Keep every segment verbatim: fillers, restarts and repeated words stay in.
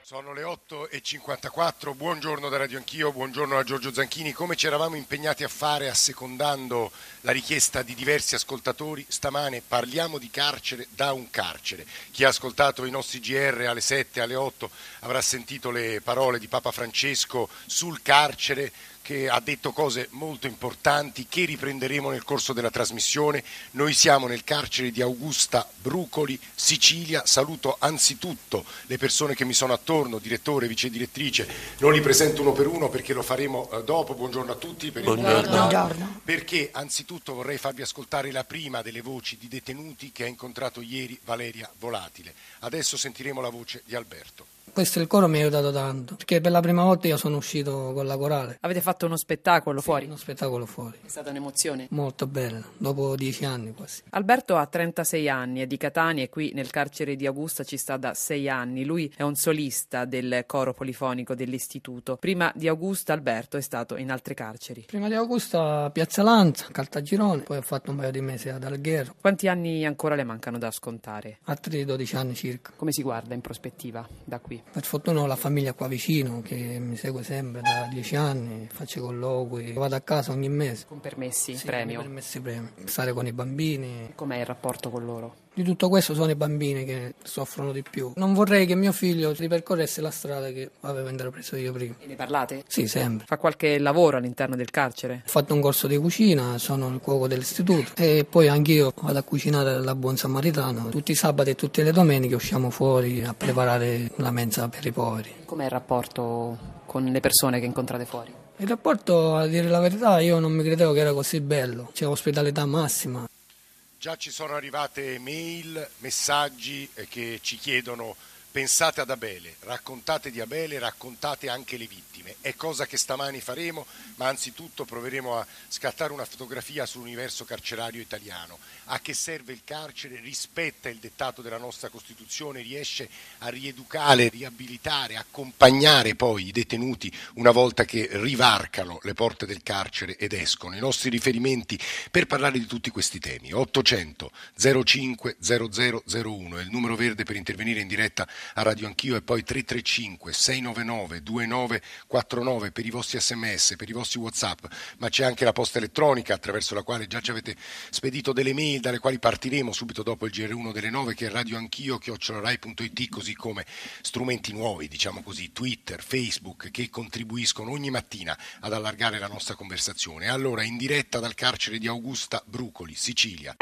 Sono le otto e cinquantaquattro, buongiorno da Radio Anch'io, buongiorno a Giorgio Zanchini. Come ci eravamo impegnati a fare assecondando la richiesta di diversi ascoltatori, stamane parliamo di carcere da un carcere. Chi ha ascoltato i nostri G R alle sette, alle otto avrà sentito le parole di Papa Francesco sul carcere, che ha detto cose molto importanti che riprenderemo nel corso della trasmissione. Noi siamo nel carcere di Augusta Brucoli, Sicilia. Saluto anzitutto le persone che mi sono attorno, direttore, vice direttrice. Non li presento uno per uno perché lo faremo dopo. Buongiorno a tutti. Per Buongiorno. Buongiorno. Perché anzitutto vorrei farvi ascoltare la prima delle voci di detenuti che ha incontrato ieri Valeria Volatile. Adesso sentiremo la voce di Alberto. Questo il coro mi ha aiutato tanto, perché per la prima volta io sono uscito con la corale. Avete fatto uno spettacolo sì, fuori? uno spettacolo fuori. È stata un'emozione? Molto bello, dopo dieci anni quasi. Alberto ha trentasei anni, è di Catania e qui nel carcere di Augusta ci sta da sei anni. Lui è un solista del coro polifonico dell'istituto. Prima di Augusta Alberto è stato in altre carceri. Prima di Augusta Piazza Lanza, Caltagirone, poi ho fatto un paio di mesi ad Alghero. Quanti anni ancora le mancano da scontare? Altri dodici anni circa. Come si guarda in prospettiva da qui? Per fortuna ho la famiglia qua vicino che mi segue sempre da dieci anni, faccio colloqui, vado a casa ogni mese. Con permessi, sì, premio? Con permessi, premio. Stare con i bambini. Com'è il rapporto con loro? Di tutto questo sono i bambini che soffrono di più. Non vorrei che mio figlio ripercorresse la strada che avevo intrapreso io prima. E ne parlate? Sì, sempre. Fa qualche lavoro all'interno del carcere? Ho fatto un corso di cucina, sono il cuoco dell'istituto e poi anch'io vado a cucinare alla Buon Samaritano. Tutti i sabati e tutte le domeniche usciamo fuori a preparare la mensa per i poveri. Com'è il rapporto con le persone che incontrate fuori? Il rapporto, a dire la verità, io non mi credevo che era così bello. C'è ospitalità massima. Già ci sono arrivate mail, messaggi che ci chiedono: pensate ad Abele, raccontate di Abele, raccontate anche le vittime. È cosa che stamani faremo, ma anzitutto proveremo a scattare una fotografia sull'universo carcerario italiano. A che serve il carcere? Rispetta il dettato della nostra Costituzione, riesce a rieducare, riabilitare, accompagnare poi i detenuti una volta che rivarcano le porte del carcere ed escono. I nostri riferimenti per parlare di tutti questi temi: ottocento zero cinque zero zero zero uno è il numero verde per intervenire in diretta a Radio Anch'io, e poi tre tre cinque sei nove nove due nove quattro nove per i vostri sms, per i vostri WhatsApp, ma c'è anche la posta elettronica attraverso la quale già ci avete spedito delle mail dalle quali partiremo subito dopo il G R uno delle nove, che è radioanchio chiocciola rai punto it, così come strumenti nuovi, diciamo così, Twitter, Facebook, che contribuiscono ogni mattina ad allargare la nostra conversazione. Allora, in diretta dal carcere di Augusta Brucoli, Sicilia.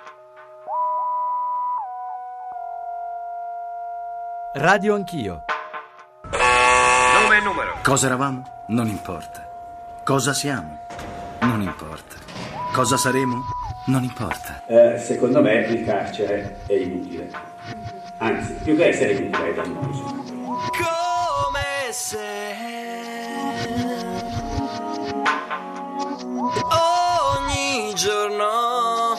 Radio Anch'io. Nome e numero. Cosa eravamo? Non importa. Cosa siamo? Non importa. Cosa saremo? Non importa. Eh, secondo me il carcere è inutile. Anzi, più che essere inutile è dannoso. Come se ogni giorno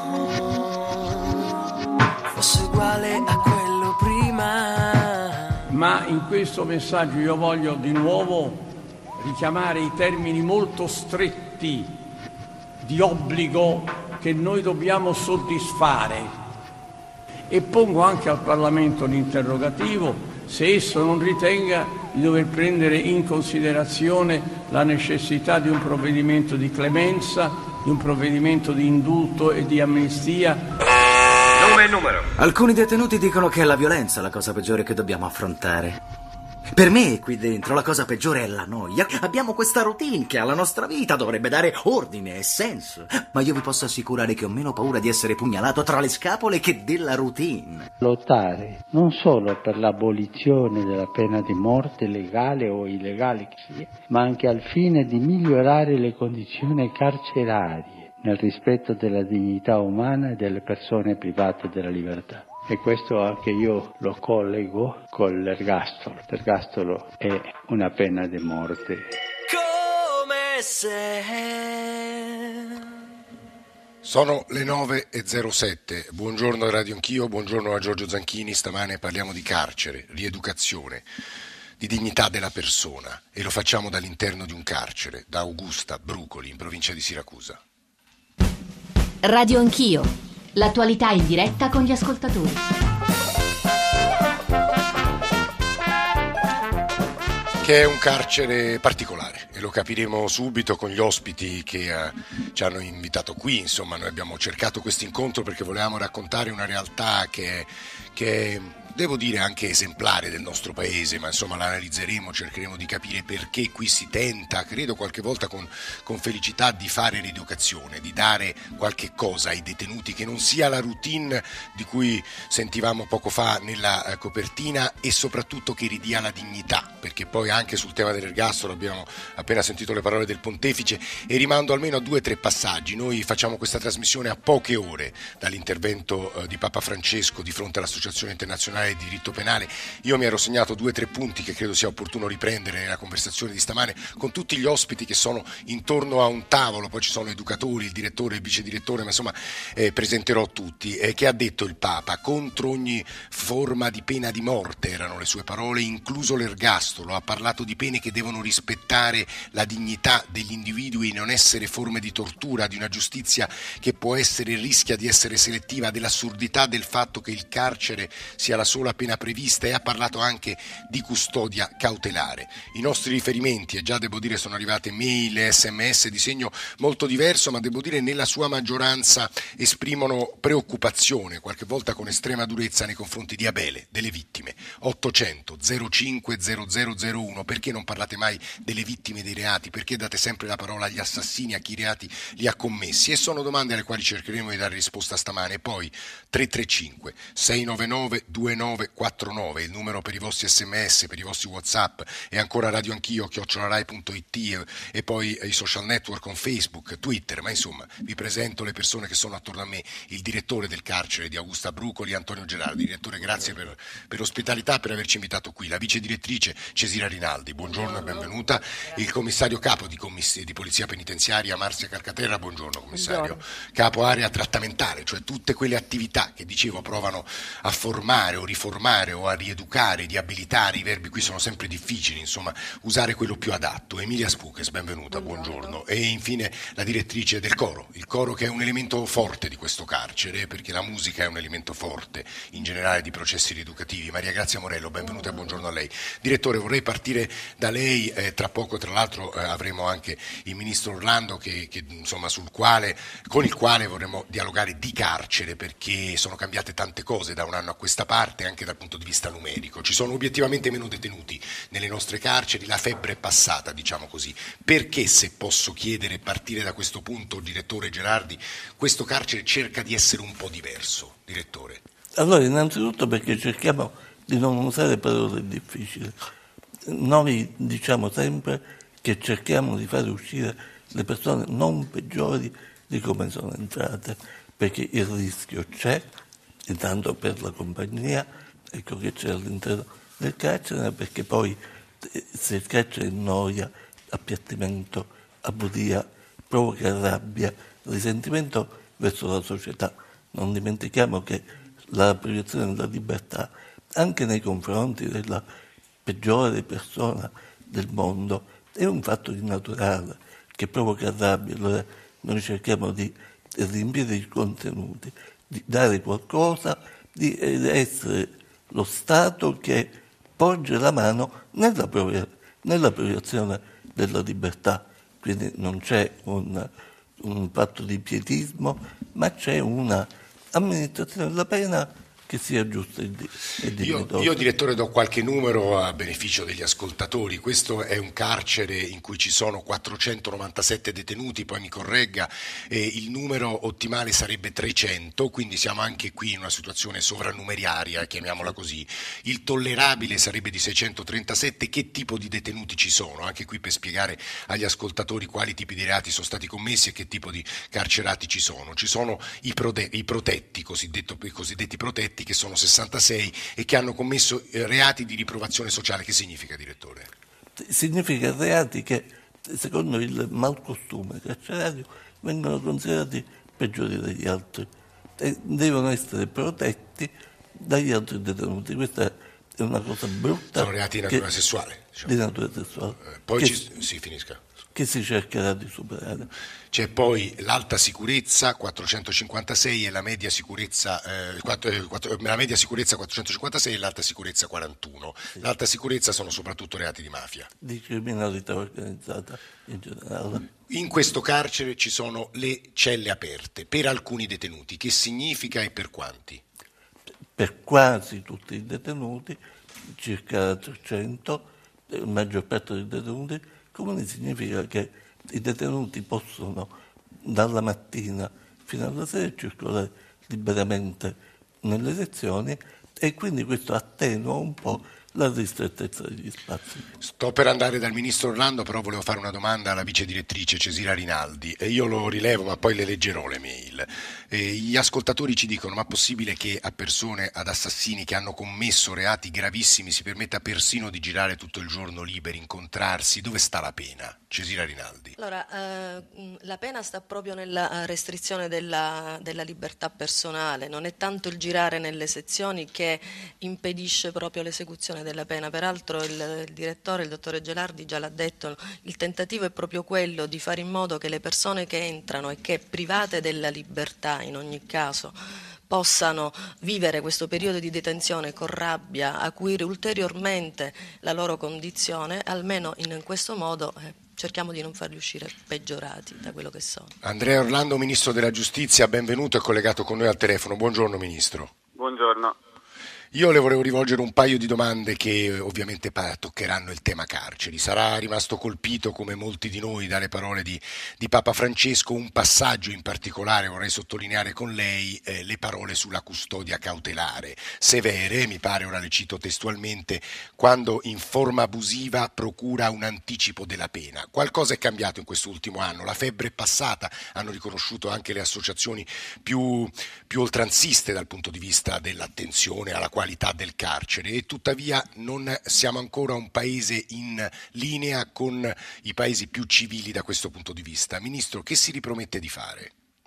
fosse uguale a quello prima. Ma in questo messaggio io voglio di nuovo richiamare i termini molto stretti di obbligo che noi dobbiamo soddisfare, e pongo anche al Parlamento l'interrogativo se esso non ritenga di dover prendere in considerazione la necessità di un provvedimento di clemenza, di un provvedimento di indulto e di amnistia. Nome e numero. Alcuni detenuti dicono che è la violenza la cosa peggiore che dobbiamo affrontare. Per me, qui dentro, la cosa peggiore è la noia. Abbiamo questa routine che alla nostra vita dovrebbe dare ordine e senso. Ma io vi posso assicurare che ho meno paura di essere pugnalato tra le scapole che della routine. Lottare non solo per l'abolizione della pena di morte, legale o illegale che sia, ma anche al fine di migliorare le condizioni carcerarie, nel rispetto della dignità umana e delle persone private della libertà. E questo anche io lo collego con l'ergastolo. L'ergastolo è una pena di morte. Come se Sono le nove e zero sette. Buongiorno a Radio Anch'io, buongiorno a Giorgio Zanchini. Stamane parliamo di carcere, rieducazione, di dignità della persona, e lo facciamo dall'interno di un carcere, da Augusta Brucoli, in provincia di Siracusa. Radio Anch'io. L'attualità in diretta con gli ascoltatori. Che è un carcere particolare e lo capiremo subito con gli ospiti che uh, ci hanno invitato qui. Insomma, noi abbiamo cercato questo incontro perché volevamo raccontare una realtà che, che è, devo dire, anche esemplare del nostro paese, ma insomma la analizzeremo, cercheremo di capire perché qui si tenta, credo qualche volta con, con felicità, di fare rieducazione, di dare qualche cosa ai detenuti che non sia la routine di cui sentivamo poco fa nella uh, copertina, e soprattutto che ridia la dignità, perché poi anche sul tema dell'ergastolo abbiamo appena sentito le parole del pontefice e rimando almeno a due o tre passaggi. Noi facciamo questa trasmissione a poche ore dall'intervento uh, di Papa Francesco di fronte all'Associazione Internazionale di Diritto Penale. Io mi ero segnato due o tre punti che credo sia opportuno riprendere nella conversazione di stamane con tutti gli ospiti che sono intorno a un tavolo, poi ci sono educatori, il direttore, il vice direttore, ma insomma eh, presenterò tutti. Eh, che ha detto il Papa? Contro ogni forma di pena di morte, erano le sue parole, incluso l'ergastolo. Ha parlato di pene che devono rispettare la dignità degli individui e non essere forme di tortura, di una giustizia che può essere, rischia di essere selettiva, dell'assurdità del fatto che il carcere sia la sola pena prevista, e ha parlato anche di custodia cautelare. I nostri riferimenti, e già devo dire sono arrivate mail, sms di segno molto diverso, ma devo dire nella sua maggioranza esprimono preoccupazione, qualche volta con estrema durezza, nei confronti di Abele, delle vittime. ottocento zero cinque zero zero zero uno, perché non parlate mai delle vittime dei reati? Perché date sempre la parola agli assassini, a chi i reati li ha commessi? E sono domande alle quali cercheremo di dare risposta stamane. Poi tre tre cinque sei nove nove due nove quattro nove, il numero per i vostri sms, per i vostri whatsapp, e ancora Radio Anch'io chiocciola rai punto it, e, e poi i social network con Facebook, Twitter. Ma insomma vi presento le persone che sono attorno a me: il direttore del carcere di Augusta Brucoli, Antonio Gerardi. Direttore, grazie per, per l'ospitalità, per averci invitato qui. La vice direttrice Cesira Rinaldi, buongiorno e benvenuta. Il commissario capo di, commiss- di Polizia Penitenziaria Marzia Calcaterra, buongiorno commissario. Buongiorno. Capo area trattamentale, cioè tutte quelle attività che dicevo provano a formare o riformare o a rieducare, riabilitare, i verbi qui sono sempre difficili, insomma usare quello più adatto. Emilia Spuches, benvenuta, buongiorno. buongiorno. E infine la direttrice del coro, il coro che è un elemento forte di questo carcere, perché la musica è un elemento forte in generale di processi rieducativi. Maria Grazia Morello, benvenuta e buongiorno a lei. Direttore, vorrei partire da lei, eh, tra poco tra l'altro eh, avremo anche il ministro Orlando che, che, insomma, sul quale, con il quale vorremmo dialogare di carcere, perché sono cambiate tante cose da un anno a questa parte anche dal punto di vista numerico. Ci sono obiettivamente meno detenuti nelle nostre carceri, la febbre è passata, diciamo così. Perché, se posso chiedere, partire da questo punto, direttore Gerardi, questo carcere cerca di essere un po' diverso, direttore? Allora, innanzitutto perché cerchiamo di non usare parole difficili. Noi diciamo sempre che cerchiamo di fare uscire le persone non peggiori di come sono entrate, perché il rischio c'è, intanto per la compagnia, ecco, che c'è all'interno del carcere, perché poi se il carcere noia, appiattimento, aburia, provoca rabbia, risentimento verso la società. Non dimentichiamo che la privazione della libertà, anche nei confronti della peggiore persona del mondo, è un fatto di naturale che provoca rabbia. Allora noi cerchiamo di riempire i contenuti, di dare qualcosa, di essere lo Stato che porge la mano nella, nella privazione della libertà. Quindi non c'è un, un patto di pietismo, ma c'è una amministrazione della pena che sia giusta e dignitosa. Io, io, direttore, do qualche numero a beneficio degli ascoltatori. Questo è un carcere in cui ci sono quattrocentonovantasette detenuti, poi mi corregga, eh, il numero ottimale sarebbe trecento, quindi siamo anche qui in una situazione sovrannumeriaria, chiamiamola così. Il tollerabile sarebbe di seicentotrentasette. Che tipo di detenuti ci sono? Anche qui per spiegare agli ascoltatori quali tipi di reati sono stati commessi e che tipo di carcerati ci sono. Ci sono i, prote- i protetti, cosiddetto, i cosiddetti protetti, che sono sessantasei e che hanno commesso reati di riprovazione sociale. Che significa, direttore? Significa reati che, secondo il malcostume carcerario, vengono considerati peggiori degli altri e devono essere protetti dagli altri detenuti. Questa è una cosa brutta. Sono reati di natura sessuale. Diciamo. Di natura sessuale. Eh, poi che, ci... Sì, finisca. che si cercherà di superare. C'è poi l'alta sicurezza quattrocentocinquantasei e la media sicurezza, eh, quattro, eh, quattro, la media sicurezza quattrocentocinquantasei e l'alta sicurezza quarantuno. Sì. L'alta sicurezza sono soprattutto reati di mafia. Di criminalità organizzata in generale. In questo carcere ci sono le celle aperte per alcuni detenuti. Che significa e per quanti? Per quasi tutti i detenuti, circa trecento, la maggior parte dei detenuti comuni, significa che i detenuti possono dalla mattina fino alla sera circolare liberamente nelle sezioni e quindi questo attenua un po' la ristrettezza degli spazi. Sto per andare dal ministro Orlando, però volevo fare una domanda alla vice direttrice Cesira Rinaldi e io lo rilevo, ma poi le leggerò le mail. E gli ascoltatori ci dicono: ma è possibile che a persone, ad assassini che hanno commesso reati gravissimi si permetta persino di girare tutto il giorno liberi, incontrarsi? Dove sta la pena? Cesira Rinaldi. Allora, eh, la pena sta proprio nella restrizione della, della libertà personale, non è tanto il girare nelle sezioni che impedisce proprio l'esecuzione della pena. Peraltro il, il direttore, il dottore Gelardi, già l'ha detto, il tentativo è proprio quello di fare in modo che le persone che entrano e che private della libertà in ogni caso possano vivere questo periodo di detenzione con rabbia, acuire ulteriormente la loro condizione, almeno in questo modo eh, cerchiamo di non farli uscire peggiorati da quello che sono. Andrea Orlando, Ministro della Giustizia, benvenuto, è collegato con noi al telefono. Buongiorno Ministro. Buongiorno. Io le volevo rivolgere un paio di domande che ovviamente toccheranno il tema carceri. Sarà rimasto colpito, come molti di noi, dalle parole di, di Papa Francesco. Un passaggio in particolare vorrei sottolineare con lei, eh, le parole sulla custodia cautelare. Severe, mi pare, ora le cito testualmente, quando in forma abusiva procura un anticipo della pena. Qualcosa è cambiato in quest'ultimo anno, la febbre è passata, hanno riconosciuto anche le associazioni più, più oltranziste dal punto di vista dell'attenzione alla qualità qualità del carcere, e tuttavia non siamo ancora un paese in linea con i paesi più civili da questo punto di vista. Ministro, che si ripromette di fare?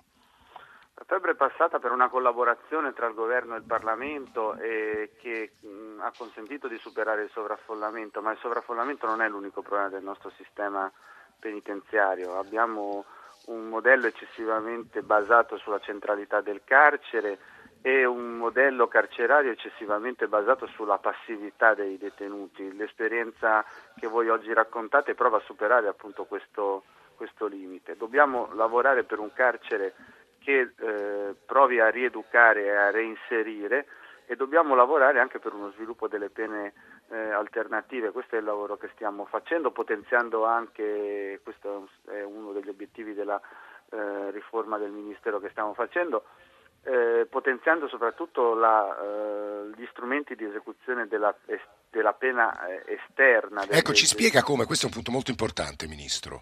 La febbre è passata per una collaborazione tra il governo e il Parlamento e che mh, ha consentito di superare il sovraffollamento, ma il sovraffollamento non è l'unico problema del nostro sistema penitenziario. Abbiamo un modello eccessivamente basato sulla centralità del carcere e un modello carcerario eccessivamente basato sulla passività dei detenuti. L'esperienza che voi oggi raccontate prova a superare appunto questo, questo limite. Dobbiamo lavorare per un carcere che eh, provi a rieducare e a reinserire, e dobbiamo lavorare anche per uno sviluppo delle pene eh, alternative. Questo è il lavoro che stiamo facendo, potenziando anche, questo è uno degli obiettivi della eh, riforma del Ministero che stiamo facendo, Eh, potenziando soprattutto la, eh, gli strumenti di esecuzione della, es, della pena eh, esterna. Ecco, ci spiega come, questo è un punto molto importante, Ministro.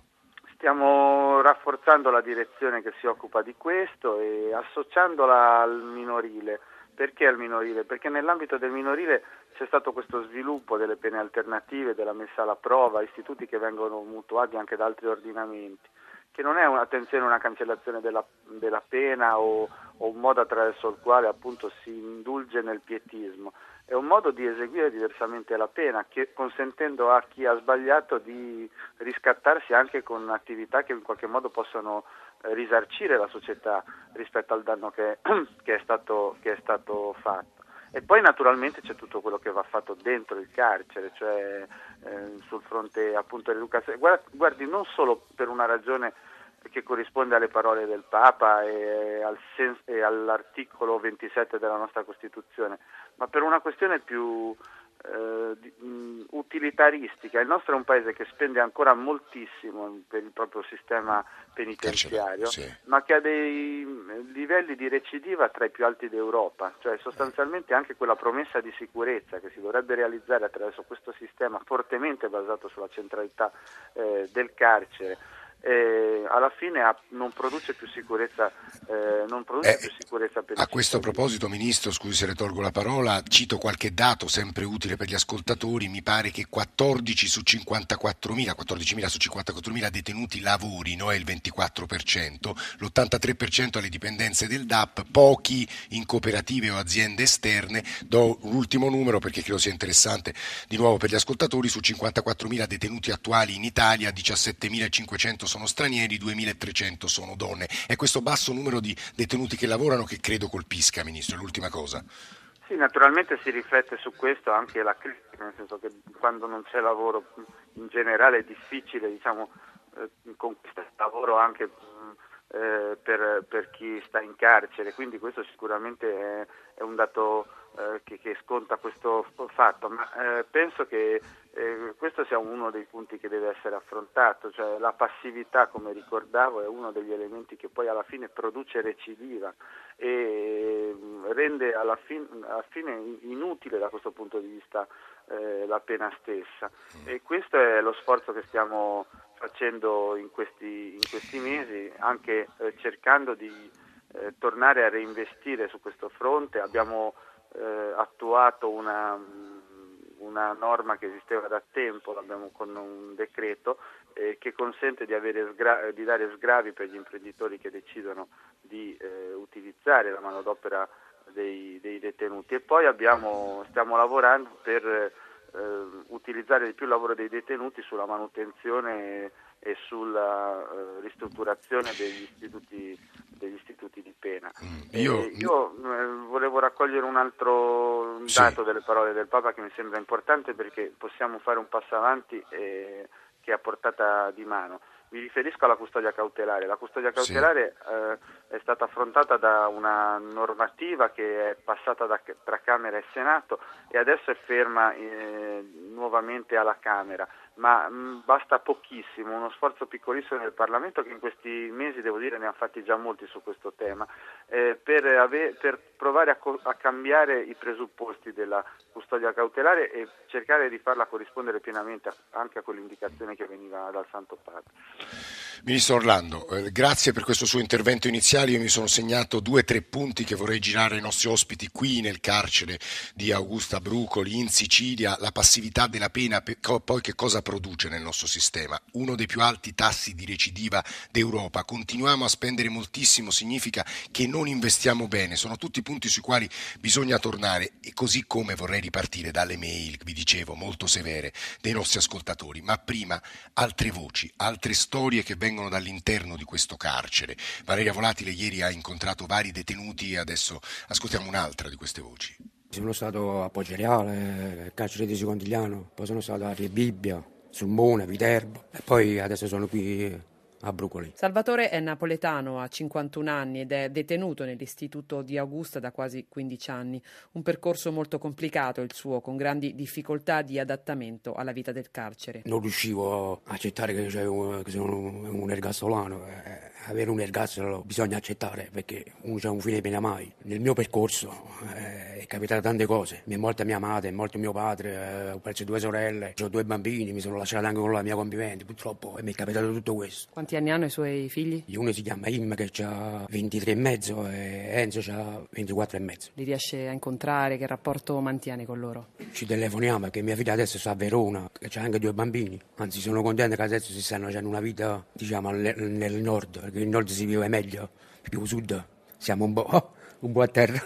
Stiamo rafforzando la direzione che si occupa di questo e associandola al minorile. Perché al minorile? Perché nell'ambito del minorile c'è stato questo sviluppo delle pene alternative, della messa alla prova, istituti che vengono mutuati anche da altri ordinamenti, che non è un'attenzione, una cancellazione della, della pena o, o un modo attraverso il quale appunto si indulge nel pietismo, è un modo di eseguire diversamente la pena, che, consentendo a chi ha sbagliato di riscattarsi anche con attività che in qualche modo possono eh, risarcire la società rispetto al danno che, che, è stato, che è stato fatto. E poi naturalmente c'è tutto quello che va fatto dentro il carcere, cioè eh, sul fronte appunto dell'educazione. Guardi, guardi, non solo per una ragione che corrisponde alle parole del Papa e, al sens- e all'articolo ventisette della nostra Costituzione, ma per una questione più eh, di, mh, utilitaristica. Il nostro è un paese che spende ancora moltissimo per il proprio sistema penitenziario, sì, ma che ha dei livelli di recidiva tra i più alti d'Europa, cioè sostanzialmente anche quella promessa di sicurezza che si dovrebbe realizzare attraverso questo sistema fortemente basato sulla centralità eh, del carcere eh, alla fine ha, non produce più sicurezza, eh, non produce eh, più sicurezza per a questo proposito, Ministro, scusi se le tolgo la parola, cito qualche dato sempre utile per gli ascoltatori. Mi pare che quattordici su cinquantaquattromila, quattordicimila su cinquantaquattromila detenuti lavorino, è il ventiquattro per cento, l'ottantatré per cento alle dipendenze del D A P, pochi in cooperative o aziende esterne. Do un ultimo numero perché credo sia interessante di nuovo per gli ascoltatori: su cinquantaquattromila detenuti attuali in Italia, diciassettemilacinquecento sono stranieri, duemilatrecento sono donne. È questo basso numero di detenuti che lavorano che credo colpisca, Ministro, è l'ultima cosa. Sì, naturalmente si riflette su questo anche la crisi, nel senso che quando non c'è lavoro in generale è difficile, diciamo, eh, conquistare lavoro anche eh, per, per chi sta in carcere, quindi questo sicuramente è, è un dato eh, che, che sconta questo fatto, ma eh, penso che eh, questo sia uno dei punti che deve essere affrontato, cioè la passività, come ricordavo, è uno degli elementi che poi alla fine produce recidiva e rende alla, fin, alla fine inutile da questo punto di vista eh, la pena stessa, e questo è lo sforzo che stiamo facendo in questi, in questi mesi, anche eh, cercando di eh, tornare a reinvestire su questo fronte. Abbiamo eh, attuato una, una norma che esisteva da tempo, l'abbiamo con un decreto eh, che consente di, avere sgra- di dare sgravi per gli imprenditori che decidono di eh, utilizzare la manodopera dei, dei detenuti, e poi abbiamo, stiamo lavorando per eh, utilizzare di più il lavoro dei detenuti sulla manutenzione e sulla eh, ristrutturazione degli istituti, degli istituti di pena. Io, eh, io eh, volevo raccogliere un altro dato sì. delle parole del Papa che mi sembra importante, perché possiamo fare un passo avanti eh, che è a portata di mano. Mi riferisco alla custodia cautelare. La custodia cautelare sì. eh, è stata affrontata da una normativa che è passata da, tra Camera e Senato e adesso è ferma eh, nuovamente alla Camera, ma mh, basta pochissimo, uno sforzo piccolissimo del Parlamento, che in questi mesi, devo dire, ne ha fatti già molti su questo tema, eh, per, ave- per provare a, co- a cambiare i presupposti della custodia cautelare e cercare di farla corrispondere pienamente a- anche a quell'indicazione che veniva dal Santo Padre. Ministro Orlando, eh, grazie per questo suo intervento iniziale. Io mi sono segnato due o tre punti che vorrei girare ai nostri ospiti qui nel carcere di Augusta Brucoli in Sicilia. La passività della pena, poi che cosa produce nel nostro sistema? Uno dei più alti tassi di recidiva d'Europa. Continuiamo a spendere moltissimo, significa che non investiamo bene. Sono tutti punti sui quali bisogna tornare, e così come vorrei ripartire dalle mail, vi dicevo, molto severe dei nostri ascoltatori. Ma prima altre voci, altre storie che vengono dall'interno di questo carcere. Valeria Volatile ieri ha incontrato vari detenuti, adesso ascoltiamo un'altra di queste voci. Sono stato a Poggioreale, carcere di Secondigliano, poi sono stato a Rebibbia, Sulmona, Viterbo e poi adesso sono qui a Brucoli. Salvatore è napoletano, ha cinquantuno anni ed è detenuto nell'istituto di Augusta da quasi quindici anni. Un percorso molto complicato il suo, con grandi difficoltà di adattamento alla vita del carcere. Non riuscivo a accettare che, c'è un, che sono un, un ergastolano. Eh, avere un ergastolo bisogna accettare, perché uno c'ha un fine pena mai. Nel mio percorso eh, è capitato tante cose. Mi è morta mia madre, è morto mio padre, eh, ho perso due sorelle, ho due bambini, mi sono lasciato anche con la mia convivente, purtroppo, e mi è capitato tutto questo. Quanti anni hanno i suoi figli? Uno si chiama Im, che ha ventitré e mezzo, e Enzo ha ventiquattro e mezzo. Li riesce a incontrare? Che rapporto mantiene con loro? Ci telefoniamo, perché mia figlia adesso sta a Verona, che c'ha anche due bambini. Anzi, sono contento che adesso si stanno facendo una vita, diciamo, nel nord, perché il nord si vive meglio, più sud siamo un po', oh, un po' a terra.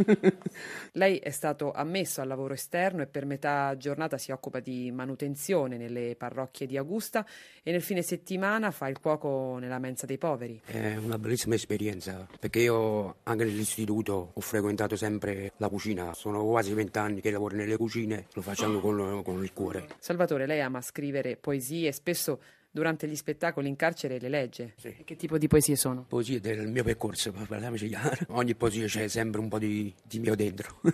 Lei è stato ammesso al lavoro esterno e per metà giornata si occupa di manutenzione nelle parrocchie di Augusta e nel fine settimana fa il cuoco nella mensa dei poveri. È una bellissima esperienza, perché io anche nell'istituto ho frequentato sempre la cucina, sono quasi vent'anni che lavoro nelle cucine, lo faccio anche con, con il cuore. Salvatore, lei ama scrivere poesie, spesso durante gli spettacoli in carcere le legge. Sì. Che tipo di poesie sono? Poesie del mio percorso, parliamoci chiaro. Ogni poesia c'è sempre un po' di, di mio dentro.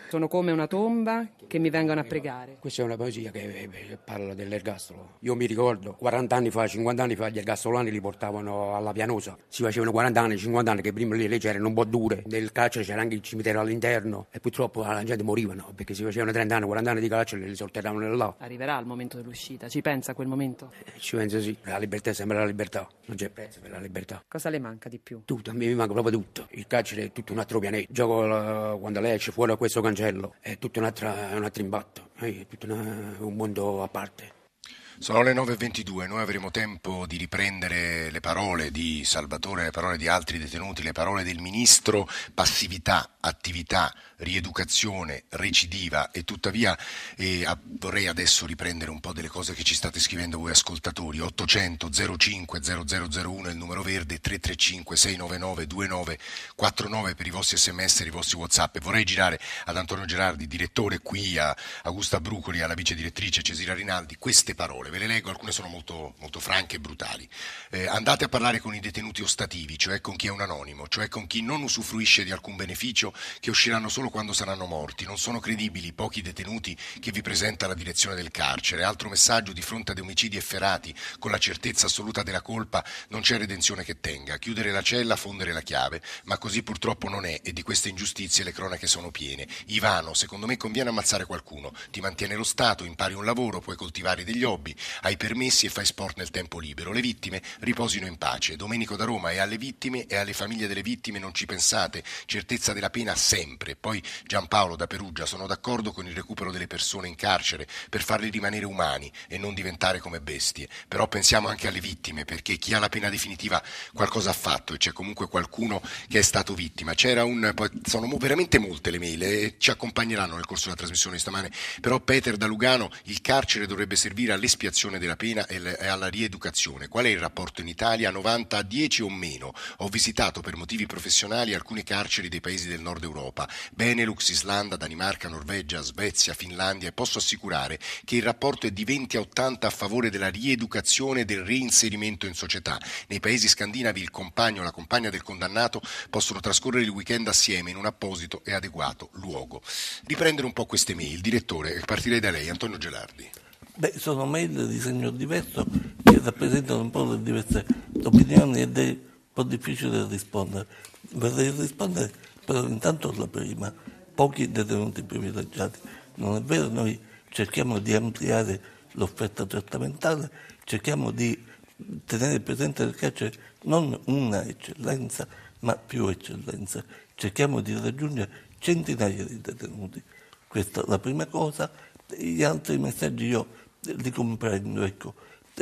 Sono come una tomba che mi vengono a pregare. Questa è una poesia che parla dell'ergastolo. Io mi ricordo, quaranta anni fa, cinquanta anni fa, gli ergastolani li portavano alla Pianosa. Si facevano quaranta anni, cinquanta anni, che prima le leggi erano un po' dure. Nel carcere c'era anche il cimitero all'interno e purtroppo la gente morivano perché si facevano trenta anni, quaranta anni di carcere e li sorteravano là. Arriverà il momento dell'uscita, ci pensa a quel momento? Eh, ci penso sì, la libertà è sempre la libertà, non c'è prezzo per la libertà. Cosa le manca di più? Tutto, a me mi manca proprio tutto. Il carcere è tutto un altro pianeta. Gioco la, quando lei esce fuori da questo cancello, è tutto un altro, un altro impatto, è tutto una, un mondo a parte. Sono le nove e ventidue, noi avremo tempo di riprendere le parole di Salvatore, le parole di altri detenuti, le parole del Ministro, passività, attività, rieducazione, recidiva e tuttavia eh, vorrei adesso riprendere un po' delle cose che ci state scrivendo voi ascoltatori. Ottocento zero cinque zero zero zero uno è il numero verde, tre tre cinque sei nove nove due nove quattro nove per i vostri sms e i vostri whatsapp. E vorrei girare ad Antonio Gerardi, direttore qui, a Augusta Brucoli, alla vice direttrice Cesira Rinaldi, queste parole. Ve le leggo, alcune sono molto, molto franche e brutali. Eh, andate a parlare con i detenuti ostativi, cioè con chi è un anonimo, cioè con chi non usufruisce di alcun beneficio, che usciranno solo quando saranno morti. Non sono credibili i pochi detenuti che vi presenta la direzione del carcere. Altro messaggio: di fronte ad omicidi efferati con la certezza assoluta della colpa non c'è redenzione che tenga. Chiudere la cella, fondere la chiave, ma così purtroppo non è, e di queste ingiustizie le cronache sono piene. Ivano, secondo me conviene ammazzare qualcuno, ti mantiene lo Stato, impari un lavoro, puoi coltivare degli hobby, hai permessi e fai sport nel tempo libero. Le vittime riposino in pace. Domenico da Roma: e alle vittime e alle famiglie delle vittime non ci pensate, certezza della pena sempre. Poi Giampaolo da Perugia: sono d'accordo con il recupero delle persone in carcere per farli rimanere umani e non diventare come bestie, però pensiamo anche alle vittime, perché chi ha la pena definitiva qualcosa ha fatto e c'è comunque qualcuno che è stato vittima. C'era un, poi sono veramente molte le mail e ci accompagneranno nel corso della trasmissione di stamane, però Peter da Lugano: il carcere dovrebbe servire all'espiazione della pena e alla rieducazione. Qual è il rapporto in Italia? novanta a dieci o meno. Ho visitato per motivi professionali alcuni carceri dei paesi del nord Europa, Benelux, Islanda, Danimarca, Norvegia, Svezia, Finlandia, e posso assicurare che il rapporto è di venti a ottanta a favore della rieducazione e del reinserimento in società. Nei paesi scandinavi il compagno o la compagna del condannato possono trascorrere il weekend assieme in un apposito e adeguato luogo. Riprendere un po' queste mail. Direttore, partirei da lei, Antonio Gelardi. Beh, sono mail di segno diverso che rappresentano un po' le diverse opinioni ed è un po' difficile rispondere. Vorrei rispondere però intanto alla prima: pochi detenuti privilegiati. Non è vero, noi cerchiamo di ampliare l'offerta trattamentale, cerchiamo di tenere presente nel carcere non una eccellenza ma più eccellenza, cerchiamo di raggiungere centinaia di detenuti. Questa è la prima cosa. Gli altri messaggi io li comprendo, ecco,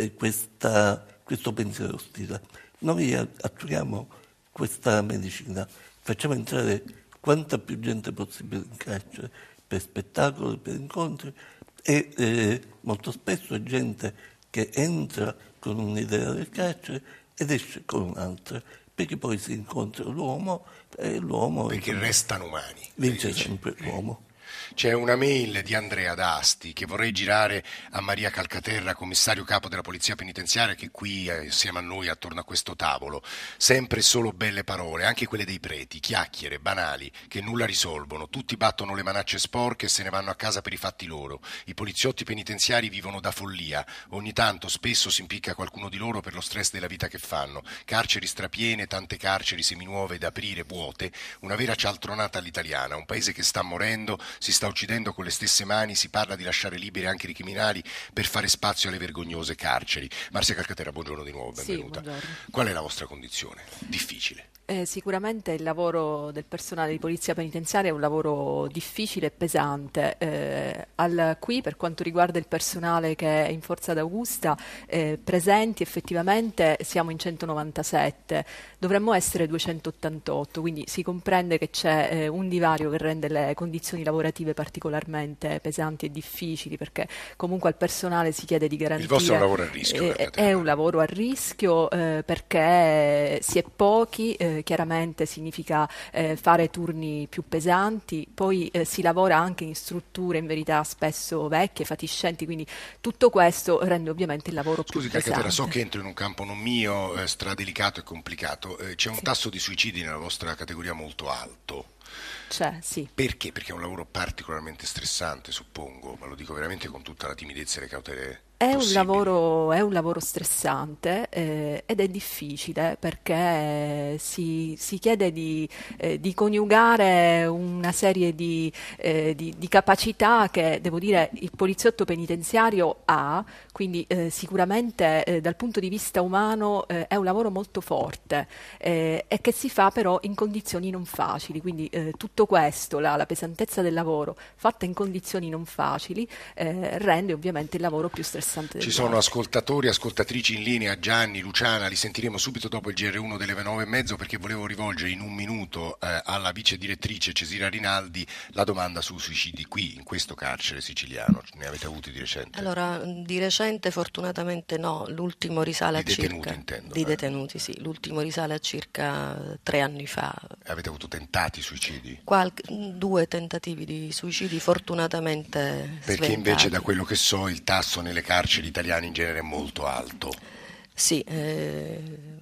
questa, questo pensiero ostile. Noi attuiamo questa medicina, facciamo entrare quanta più gente possibile in carcere per spettacoli, per incontri, e eh, molto spesso è gente che entra con un'idea del carcere ed esce con un'altra, perché poi si incontra l'uomo e l'uomo... Perché restano umani. Vince sempre l'uomo. C'è una mail di Andrea D'Asti che vorrei girare a Maria Calcaterra, commissario capo della Polizia Penitenziaria, che è qui eh, assieme a noi attorno a questo tavolo. Sempre solo belle parole, anche quelle dei preti, chiacchiere banali che nulla risolvono. Tutti battono le manacce sporche e se ne vanno a casa per i fatti loro. I poliziotti penitenziari vivono da follia. Ogni tanto, spesso, si impicca qualcuno di loro per lo stress della vita che fanno. Carceri strapiene, tante carceri seminuove da aprire, vuote. Una vera cialtronata all'italiana. Un paese che sta morendo, si sta uccidendo con le stesse mani. Si parla di lasciare liberi anche i criminali per fare spazio alle vergognose carceri. Marzia Calcaterra, buongiorno di nuovo, benvenuta. Sì, buongiorno. Qual è la vostra condizione? Difficile. Eh, sicuramente il lavoro del personale di polizia penitenziaria è un lavoro difficile e pesante. Eh, al, qui, per quanto riguarda il personale che è in Forza d'Augusta, eh, presenti effettivamente siamo in centonovantasette, dovremmo essere duecentottantotto, quindi si comprende che c'è eh, un divario che rende le condizioni lavorative particolarmente pesanti e difficili, perché comunque al personale si chiede di garantire... Il vostro è un lavoro a rischio. Eh, è un lavoro a rischio eh, perché si è pochi, eh, chiaramente significa eh, fare turni più pesanti, poi eh, si lavora anche in strutture in verità spesso vecchie, fatiscenti, quindi tutto questo rende ovviamente il lavoro Scusi, più pesante. Scusi Calcaterra, so che entro in un campo non mio, eh, stradelicato e complicato, eh, c'è un sì. tasso di suicidi nella vostra categoria molto alto. c'è, sì. Perché? Perché è un lavoro particolarmente stressante, suppongo, ma lo dico veramente con tutta la timidezza e le cautele. È un, lavoro, è un lavoro stressante eh, ed è difficile perché si, si chiede di, eh, di coniugare una serie di, eh, di, di capacità che, devo dire, il poliziotto penitenziario ha, quindi eh, sicuramente eh, dal punto di vista umano eh, è un lavoro molto forte eh, e che si fa però in condizioni non facili, quindi eh, tutto questo, la, la pesantezza del lavoro fatta in condizioni non facili eh, rende ovviamente il lavoro più stressante. Ci sono ascoltatori, ascoltatrici in linea, Gianni, Luciana, li sentiremo subito dopo il G R uno delle nove e mezzo, perché volevo rivolgere in un minuto eh, alla vice direttrice Cesira Rinaldi la domanda sui suicidi qui, in questo carcere siciliano. Ne avete avuti di recente? Allora, di recente fortunatamente no, l'ultimo risale di a detenuti, circa... intendo. Di eh. detenuti, sì, l'ultimo risale a circa tre anni fa. Avete avuto tentati suicidi? Qualche, due tentativi di suicidi fortunatamente Perché sventati. Invece da quello che so il tasso nelle carceri italiane in genere è molto alto. Sì, eh,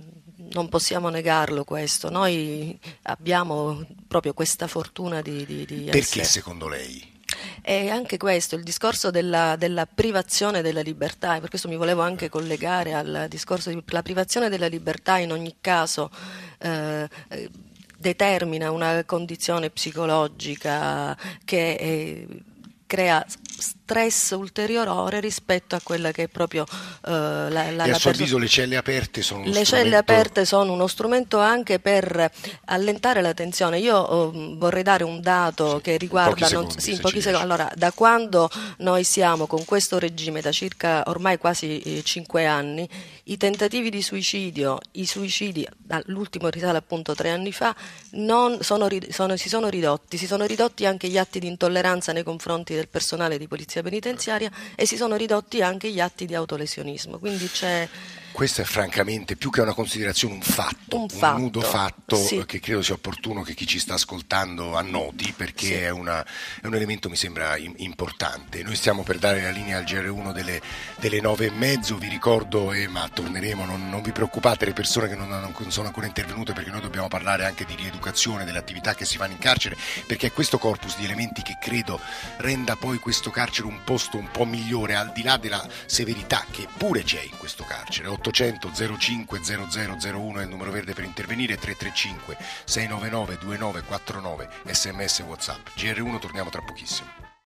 non possiamo negarlo questo. Noi abbiamo proprio questa fortuna di, di, di Perché essere... secondo lei? E anche questo, il discorso della, della privazione della libertà, e per questo mi volevo anche collegare al discorso della privazione della libertà in ogni caso eh, eh, determina una condizione psicologica che eh, crea stress ulteriore rispetto a quella che è proprio eh, la, la, e la a suo perso- avviso le celle aperte sono uno le strumento... celle aperte sono uno strumento anche per allentare la tensione. Io oh, vorrei dare un dato sì, che riguarda in pochi non, secondi, sì, in pochi secondi. Allora, da quando noi siamo con questo regime da circa ormai quasi eh, cinque anni, i tentativi di suicidio, i suicidi, l'ultimo risale appunto tre anni fa, non sono, sono, si sono ridotti, si sono ridotti anche gli atti di intolleranza nei confronti del personale di polizia penitenziaria e si sono ridotti anche gli atti di autolesionismo. Quindi c'è... Questo è francamente più che una considerazione un fatto, un, un fatto, nudo fatto sì. che credo sia opportuno che chi ci sta ascoltando annoti, perché sì. è, una, è un elemento mi sembra importante. Noi stiamo per dare la linea al G R uno delle, delle nove e mezzo, vi ricordo, eh, ma torneremo, non, non vi preoccupate le persone che non, non sono ancora intervenute, perché noi dobbiamo parlare anche di rieducazione, delle attività che si fanno in carcere, perché è questo corpus di elementi che credo renda poi questo carcere un posto un po' migliore, al di là della severità che pure c'è in questo carcere. ottocento zero cinque zero zero zero uno è il numero verde per intervenire, tre tre cinque sei nove nove due nove quattro nove, sms WhatsApp. G R uno, torniamo tra pochissimo.